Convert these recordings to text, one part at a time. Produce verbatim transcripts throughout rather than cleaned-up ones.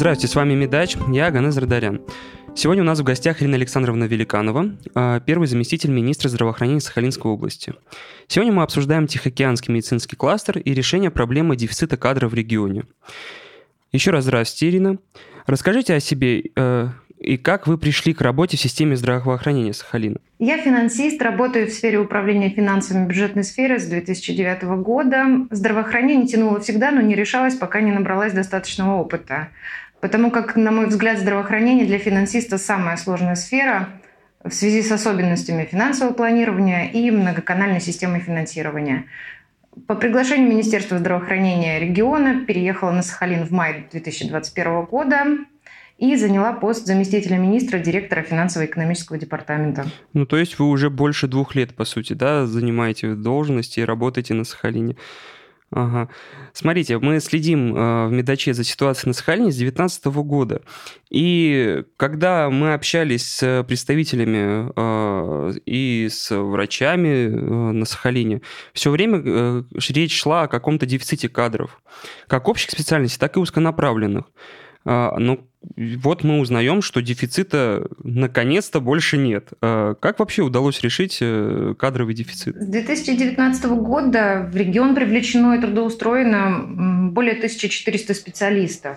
Здравствуйте, с вами Медач, я Аганес Радарян. Сегодня у нас в гостях Ирина Александровна Великанова, первый заместитель министра здравоохранения Сахалинской области. Сегодня мы обсуждаем Тихоокеанский медицинский кластер и решение проблемы дефицита кадров в регионе. Еще раз здравствуйте, Ирина. Расскажите о себе э, и как вы пришли к работе в системе здравоохранения Сахалина. Я финансист, работаю в сфере управления финансами бюджетной сферы с две тысячи девятого года. Здравоохранение тянуло всегда, но не решалась, пока не набралась достаточного опыта. Потому как, на мой взгляд, здравоохранение для финансиста самая сложная сфера в связи с особенностями финансового планирования и многоканальной системой финансирования. По приглашению Министерства здравоохранения региона переехала на Сахалин в мае две тысячи двадцать первого года и заняла пост заместителя министра, директора финансово-экономического департамента. Ну, то есть вы уже больше двух лет, по сути, да, занимаете должность и работаете на Сахалине. Ага. Смотрите, мы следим э, в Медаче за ситуацией на Сахалине с две тысячи девятнадцатого года. И когда мы общались с представителями э, и с врачами э, на Сахалине, все время э, речь шла о каком-то дефиците кадров, как общих специальностей, так и узконаправленных. Э, но вот мы узнаем, что дефицита наконец-то больше нет. Как вообще удалось решить кадровый дефицит? С две тысячи девятнадцатого года в регион привлечено и трудоустроено более тысяча четыреста специалистов.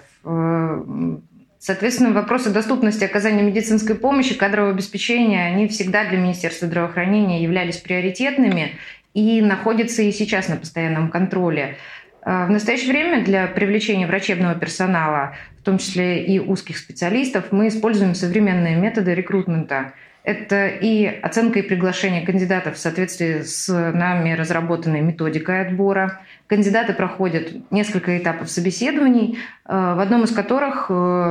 Соответственно, вопросы доступности оказания медицинской помощи, кадрового обеспечения, они всегда для Министерства здравоохранения являлись приоритетными и находятся и сейчас на постоянном контроле. В настоящее время для привлечения врачебного персонала, в том числе и узких специалистов, мы используем современные методы рекрутмента. Это и оценка и приглашение кандидатов в соответствии с нами разработанной методикой отбора. Кандидаты проходят несколько этапов собеседований, в одном из которых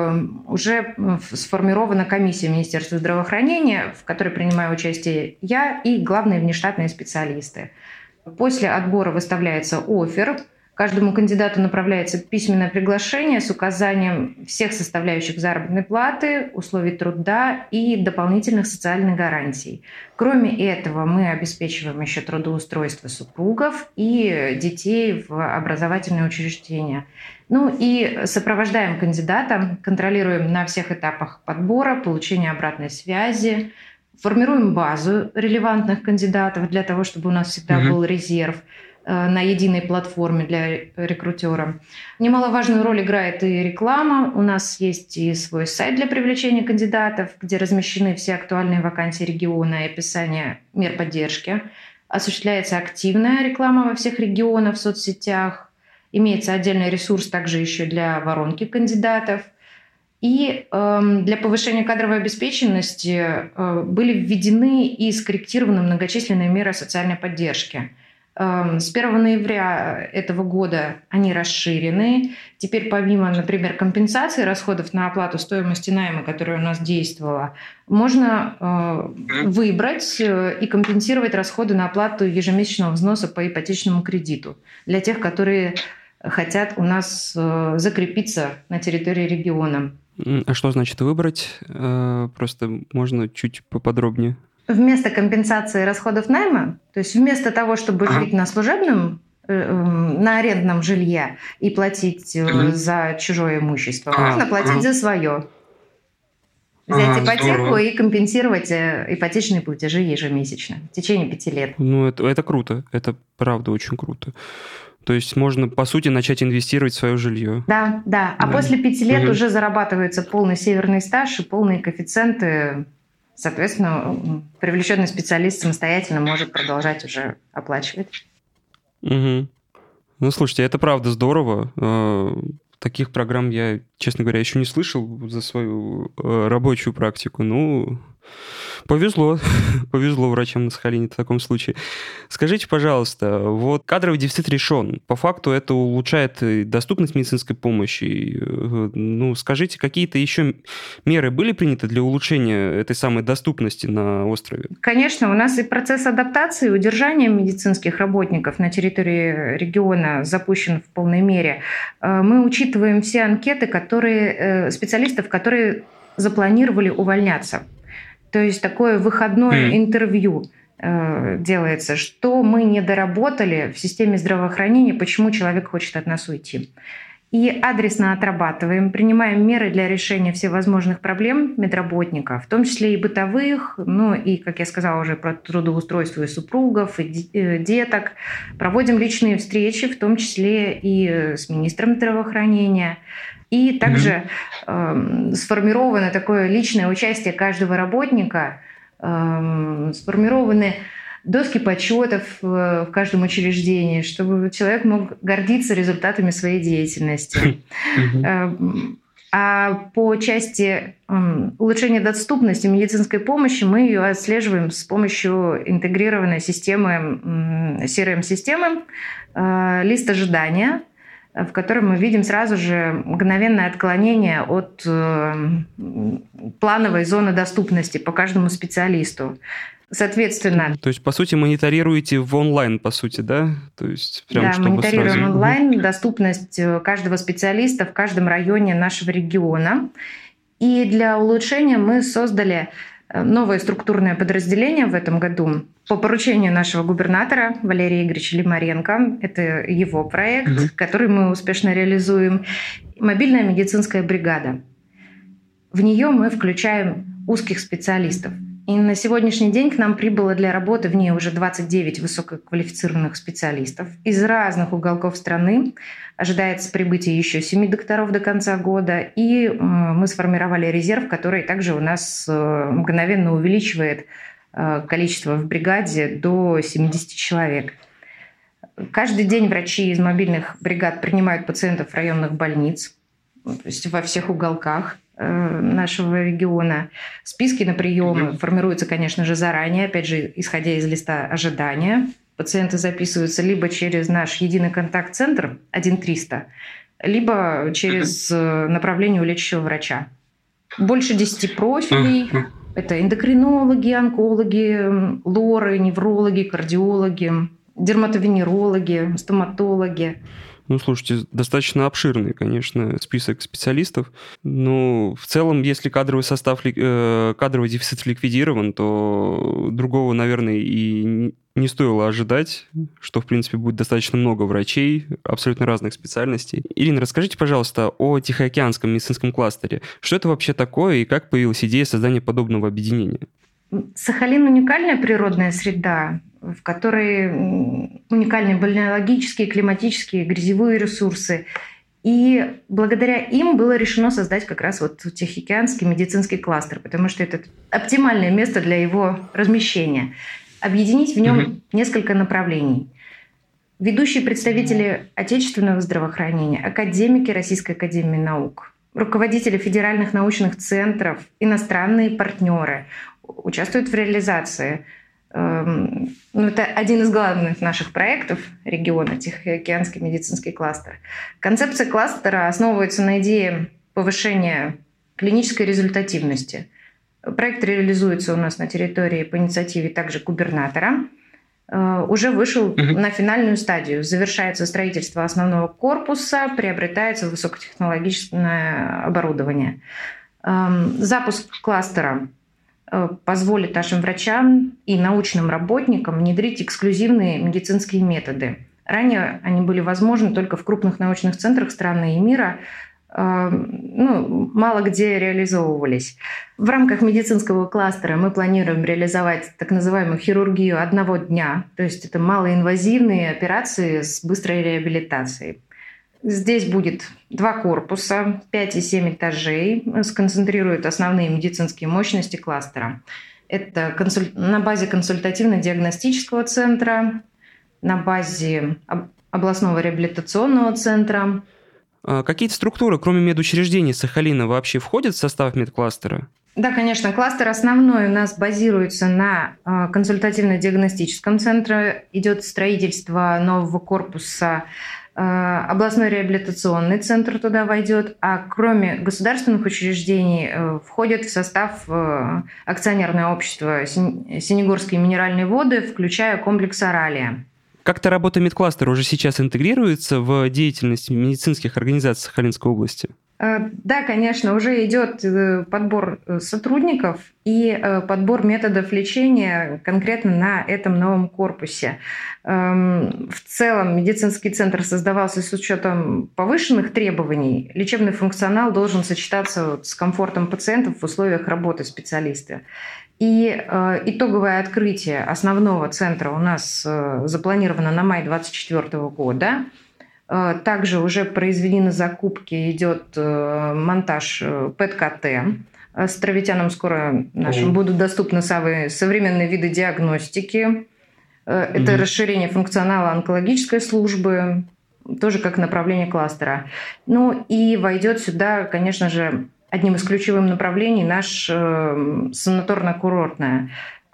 уже сформирована комиссия Министерства здравоохранения, в которой принимаю участие я и главные внештатные специалисты. После отбора выставляется оффер. Каждому кандидату направляется письменное приглашение с указанием всех составляющих заработной платы, условий труда и дополнительных социальных гарантий. Кроме этого, мы обеспечиваем еще трудоустройство супругов и детей в образовательные учреждения. Ну и сопровождаем кандидата, контролируем на всех этапах подбора, получения обратной связи, формируем базу релевантных кандидатов для того, чтобы у нас всегда mm-hmm. был резерв на единой платформе для рекрутера. Немаловажную роль играет и реклама. У нас есть и свой сайт для привлечения кандидатов, где размещены все актуальные вакансии региона и описание мер поддержки. Осуществляется активная реклама во всех регионах в соцсетях. Имеется отдельный ресурс также еще для воронки кандидатов. И э, для повышения кадровой обеспеченности э, были введены и скорректированы многочисленные меры социальной поддержки. С первого ноября этого года они расширены. Теперь помимо, например, компенсации расходов на оплату стоимости найма, которая у нас действовала, можно э, выбрать и компенсировать расходы на оплату ежемесячного взноса по ипотечному кредиту для тех, которые хотят у нас э, закрепиться на территории региона. А что значит выбрать? Просто можно чуть поподробнее. Вместо компенсации расходов найма, то есть вместо того, чтобы жить на служебном, на арендном жилье и платить mm-hmm. за чужое имущество, а, можно платить а. за свое. Взять а, ипотеку здорово. И компенсировать ипотечные платежи ежемесячно в течение пяти лет. Ну, это, это круто. Это правда очень круто. То есть можно, по сути, начать инвестировать в свое жилье. Да, да. А да. после пяти лет mm-hmm. уже зарабатывается полный северный стаж и полные коэффициенты. Соответственно, привлеченный специалист самостоятельно может продолжать уже оплачивать. Угу. Ну, слушайте, это правда здорово. Таких программ я, честно говоря, еще не слышал за свою рабочую практику. Ну, повезло. Повезло врачам на Сахалине в таком случае. Скажите, пожалуйста, вот кадровый дефицит решен. По факту это улучшает доступность медицинской помощи. Ну, скажите, какие-то еще меры были приняты для улучшения этой самой доступности на острове? Конечно, у нас и процесс адаптации и удержания медицинских работников на территории региона запущен в полной мере. Мы учитываем все анкеты, которые, специалистов, которые запланировали увольняться. То есть такое выходное mm. интервью э, делается, что мы не доработали в системе здравоохранения, почему человек хочет от нас уйти. и адресно отрабатываем, принимаем меры для решения всевозможных проблем медработника, в том числе и бытовых, ну и, как я сказала уже, про трудоустройство и супругов, и деток. Проводим личные встречи, в том числе и с министром здравоохранения. И также mm-hmm. э, сформировано такое личное участие каждого работника, э, сформированы доски почетов в каждом учреждении, чтобы человек мог гордиться результатами своей деятельности. А по части улучшения доступности медицинской помощи мы ее отслеживаем с помощью интегрированной системы, си эр эм-системы, лист ожидания, в котором мы видим сразу же мгновенное отклонение от плановой зоны доступности по каждому специалисту. Соответственно... То есть, по сути, мониторируете в онлайн, по сути, да? То есть, прям, да, чтобы мониторируем сразу... онлайн доступность каждого специалиста в каждом районе нашего региона. И для улучшения мы создали новое структурное подразделение в этом году по поручению нашего губернатора Валерия Игоревича Лимаренко. Это его проект, угу. который мы успешно реализуем. Мобильная медицинская бригада. В нее мы включаем узких специалистов. И на сегодняшний день к нам прибыло для работы в ней уже двадцать девять высококвалифицированных специалистов из разных уголков страны. Ожидается прибытие еще семи докторов до конца года. И мы сформировали резерв, который также у нас мгновенно увеличивает количество в бригаде до семидесяти человек. Каждый день врачи из мобильных бригад принимают пациентов районных больниц, то есть во всех уголках нашего региона. Списки на приемы mm-hmm. формируются, конечно же, заранее, опять же, исходя из листа ожидания. Пациенты записываются либо через наш единый контакт-центр один триста, либо через mm-hmm. направление у лечащего врача. Больше десяти профилей. Mm-hmm. Это эндокринологи, онкологи, лоры, неврологи, кардиологи, дерматовенерологи, стоматологи. Ну, слушайте, достаточно обширный, конечно, список специалистов. Но в целом, если кадровый состав, кадровый дефицит ликвидирован, то другого, наверное, и не стоило ожидать, что, в принципе, будет достаточно много врачей абсолютно разных специальностей. Ирина, расскажите, пожалуйста, о Тихоокеанском медицинском кластере. Что это вообще такое и как появилась идея создания подобного объединения? Сахалин – уникальная природная среда, в которой уникальные бальнеологические, климатические, грязевые ресурсы. И благодаря им было решено создать как раз вот Тихоокеанский медицинский кластер, потому что это оптимальное место для его размещения. Объединить в нем mm-hmm. несколько направлений. Ведущие представители отечественного здравоохранения, академики Российской академии наук, руководители федеральных научных центров, иностранные партнеры участвуют в реализации. Ну, это один из главных наших проектов региона, Тихоокеанский медицинский кластер. Концепция кластера основывается на идее повышения клинической результативности. Проект реализуется у нас на территории по инициативе также губернатора. Уже вышел uh-huh. на финальную стадию. Завершается строительство основного корпуса, приобретается высокотехнологичное оборудование. Запуск кластера позволит нашим врачам и научным работникам внедрить эксклюзивные медицинские методы. Ранее они были возможны только в крупных научных центрах страны и мира, ну, мало где реализовывались. В рамках медицинского кластера мы планируем реализовать так называемую хирургию одного дня, то есть это малоинвазивные операции с быстрой реабилитацией. Здесь будет два корпуса, пять и семь этажей, сконцентрируют основные медицинские мощности кластера. Это консуль... на базе консультативно-диагностического центра, на базе областного реабилитационного центра. Какие-то структуры, кроме медучреждений Сахалина, вообще входят в состав медкластера? Да, конечно. Кластер основной у нас базируется на консультативно-диагностическом центре. Идет строительство нового корпуса. Областной реабилитационный центр туда войдет, а кроме государственных учреждений входит в состав акционерное общество «Синегорские минеральные воды», включая комплекс «Оралия». Как-то работа медкластера уже сейчас интегрируется в деятельность медицинских организаций Сахалинской области? Да, конечно, уже идет подбор сотрудников и подбор методов лечения конкретно на этом новом корпусе. В целом медицинский центр создавался с учетом повышенных требований. Лечебный функционал должен сочетаться с комфортом пациентов в условиях работы специалиста. И итоговое открытие основного центра у нас запланировано на май двадцать четвёртого года. Также уже произведены закупки, идет монтаж ПЭТ-КТ. Островитянам скоро нашим будут доступны самые современные виды диагностики. Это mm-hmm. расширение функционала онкологической службы, тоже как направление кластера. Ну и войдет сюда, конечно же, одним из ключевых направлений наш санаторно-курортное.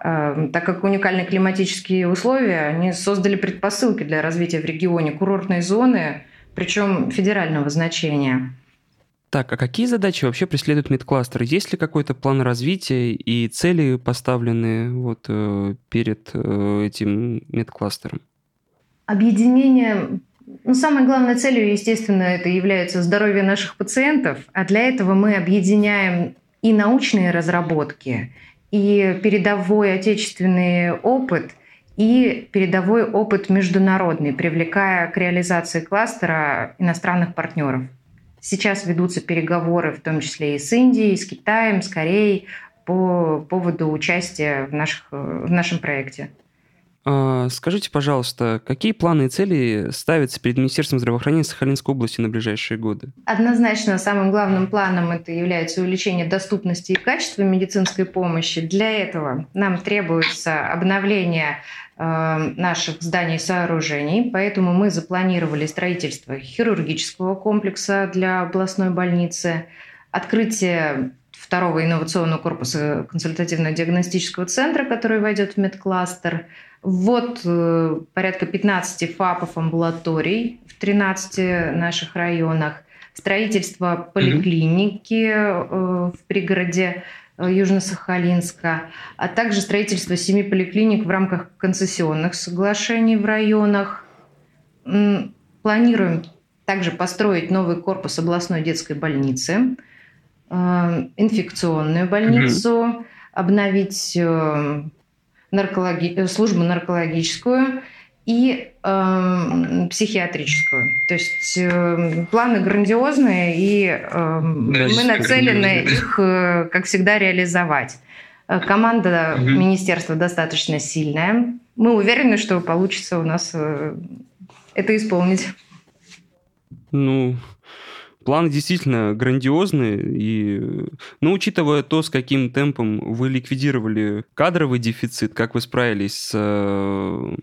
Так как уникальные климатические условия, они создали предпосылки для развития в регионе курортной зоны, причем федерального значения. Так, а какие задачи вообще преследует медкластер? Есть ли какой-то план развития и цели поставленные вот, перед этим медкластером? Объединение... Ну, самой главной целью, естественно, это является здоровье наших пациентов, а для этого мы объединяем и научные разработки, и передовой отечественный опыт, и передовой опыт международный, привлекая к реализации кластера иностранных партнеров. Сейчас ведутся переговоры, в том числе и с Индией, и с Китаем, с Кореей, по поводу участия в, наших, в нашем проекте. Скажите, пожалуйста, какие планы и цели ставятся перед Министерством здравоохранения Сахалинской области на ближайшие годы? Однозначно, самым главным планом это является увеличение доступности и качества медицинской помощи. Для этого нам требуется обновление э, наших зданий и сооружений, поэтому мы запланировали строительство хирургического комплекса для областной больницы, открытие второго инновационного корпуса консультативно-диагностического центра, который войдет в медкластер, ввод порядка пятнадцати ФАПов амбулаторий в тринадцати наших районах, строительство поликлиники в пригороде Южно-Сахалинска, а также строительство семи поликлиник в рамках концессионных соглашений в районах. Планируем также построить новый корпус областной детской больницы, инфекционную больницу, mm-hmm. обновить наркологи... службу наркологическую и э, психиатрическую. То есть э, планы грандиозные, и э, да, мы нацелены их, э, как всегда, реализовать. Команда mm-hmm. министерства достаточно сильная. Мы уверены, что получится у нас э, это исполнить. Ну... Планы действительно грандиозные, и, но учитывая то, с каким темпом вы ликвидировали кадровый дефицит, как вы справились с,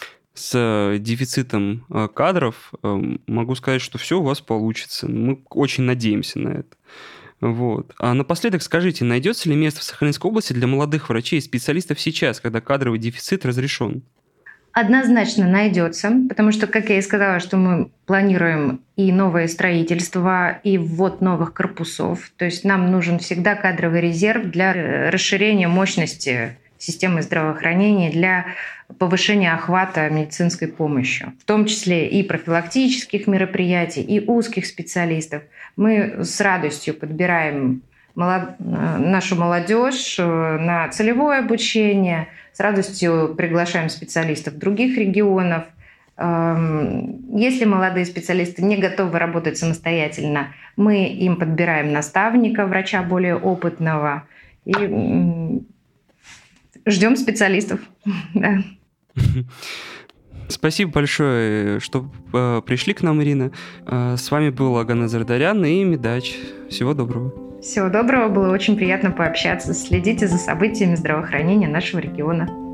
с дефицитом кадров, могу сказать, что все у вас получится. Мы очень надеемся на это. Вот. А напоследок скажите, найдется ли место в Сахалинской области для молодых врачей и специалистов сейчас, когда кадровый дефицит разрешен? Однозначно найдется, потому что, как я и сказала, что мы планируем и новое строительство, и ввод новых корпусов. То есть нам нужен всегда кадровый резерв для расширения мощности системы здравоохранения, для повышения охвата медицинской помощью, в том числе и профилактических мероприятий, и узких специалистов. Мы с радостью подбираем нашу молодежь на целевое обучение, с радостью приглашаем специалистов других регионов. Если молодые специалисты не готовы работать самостоятельно, мы им подбираем наставника, врача более опытного, и ждем специалистов. Да. Спасибо большое, что пришли к нам, Ирина. С вами был Агана Зардарян и Медач. Всего доброго. Всего доброго, было очень приятно пообщаться. Следите за событиями здравоохранения нашего региона.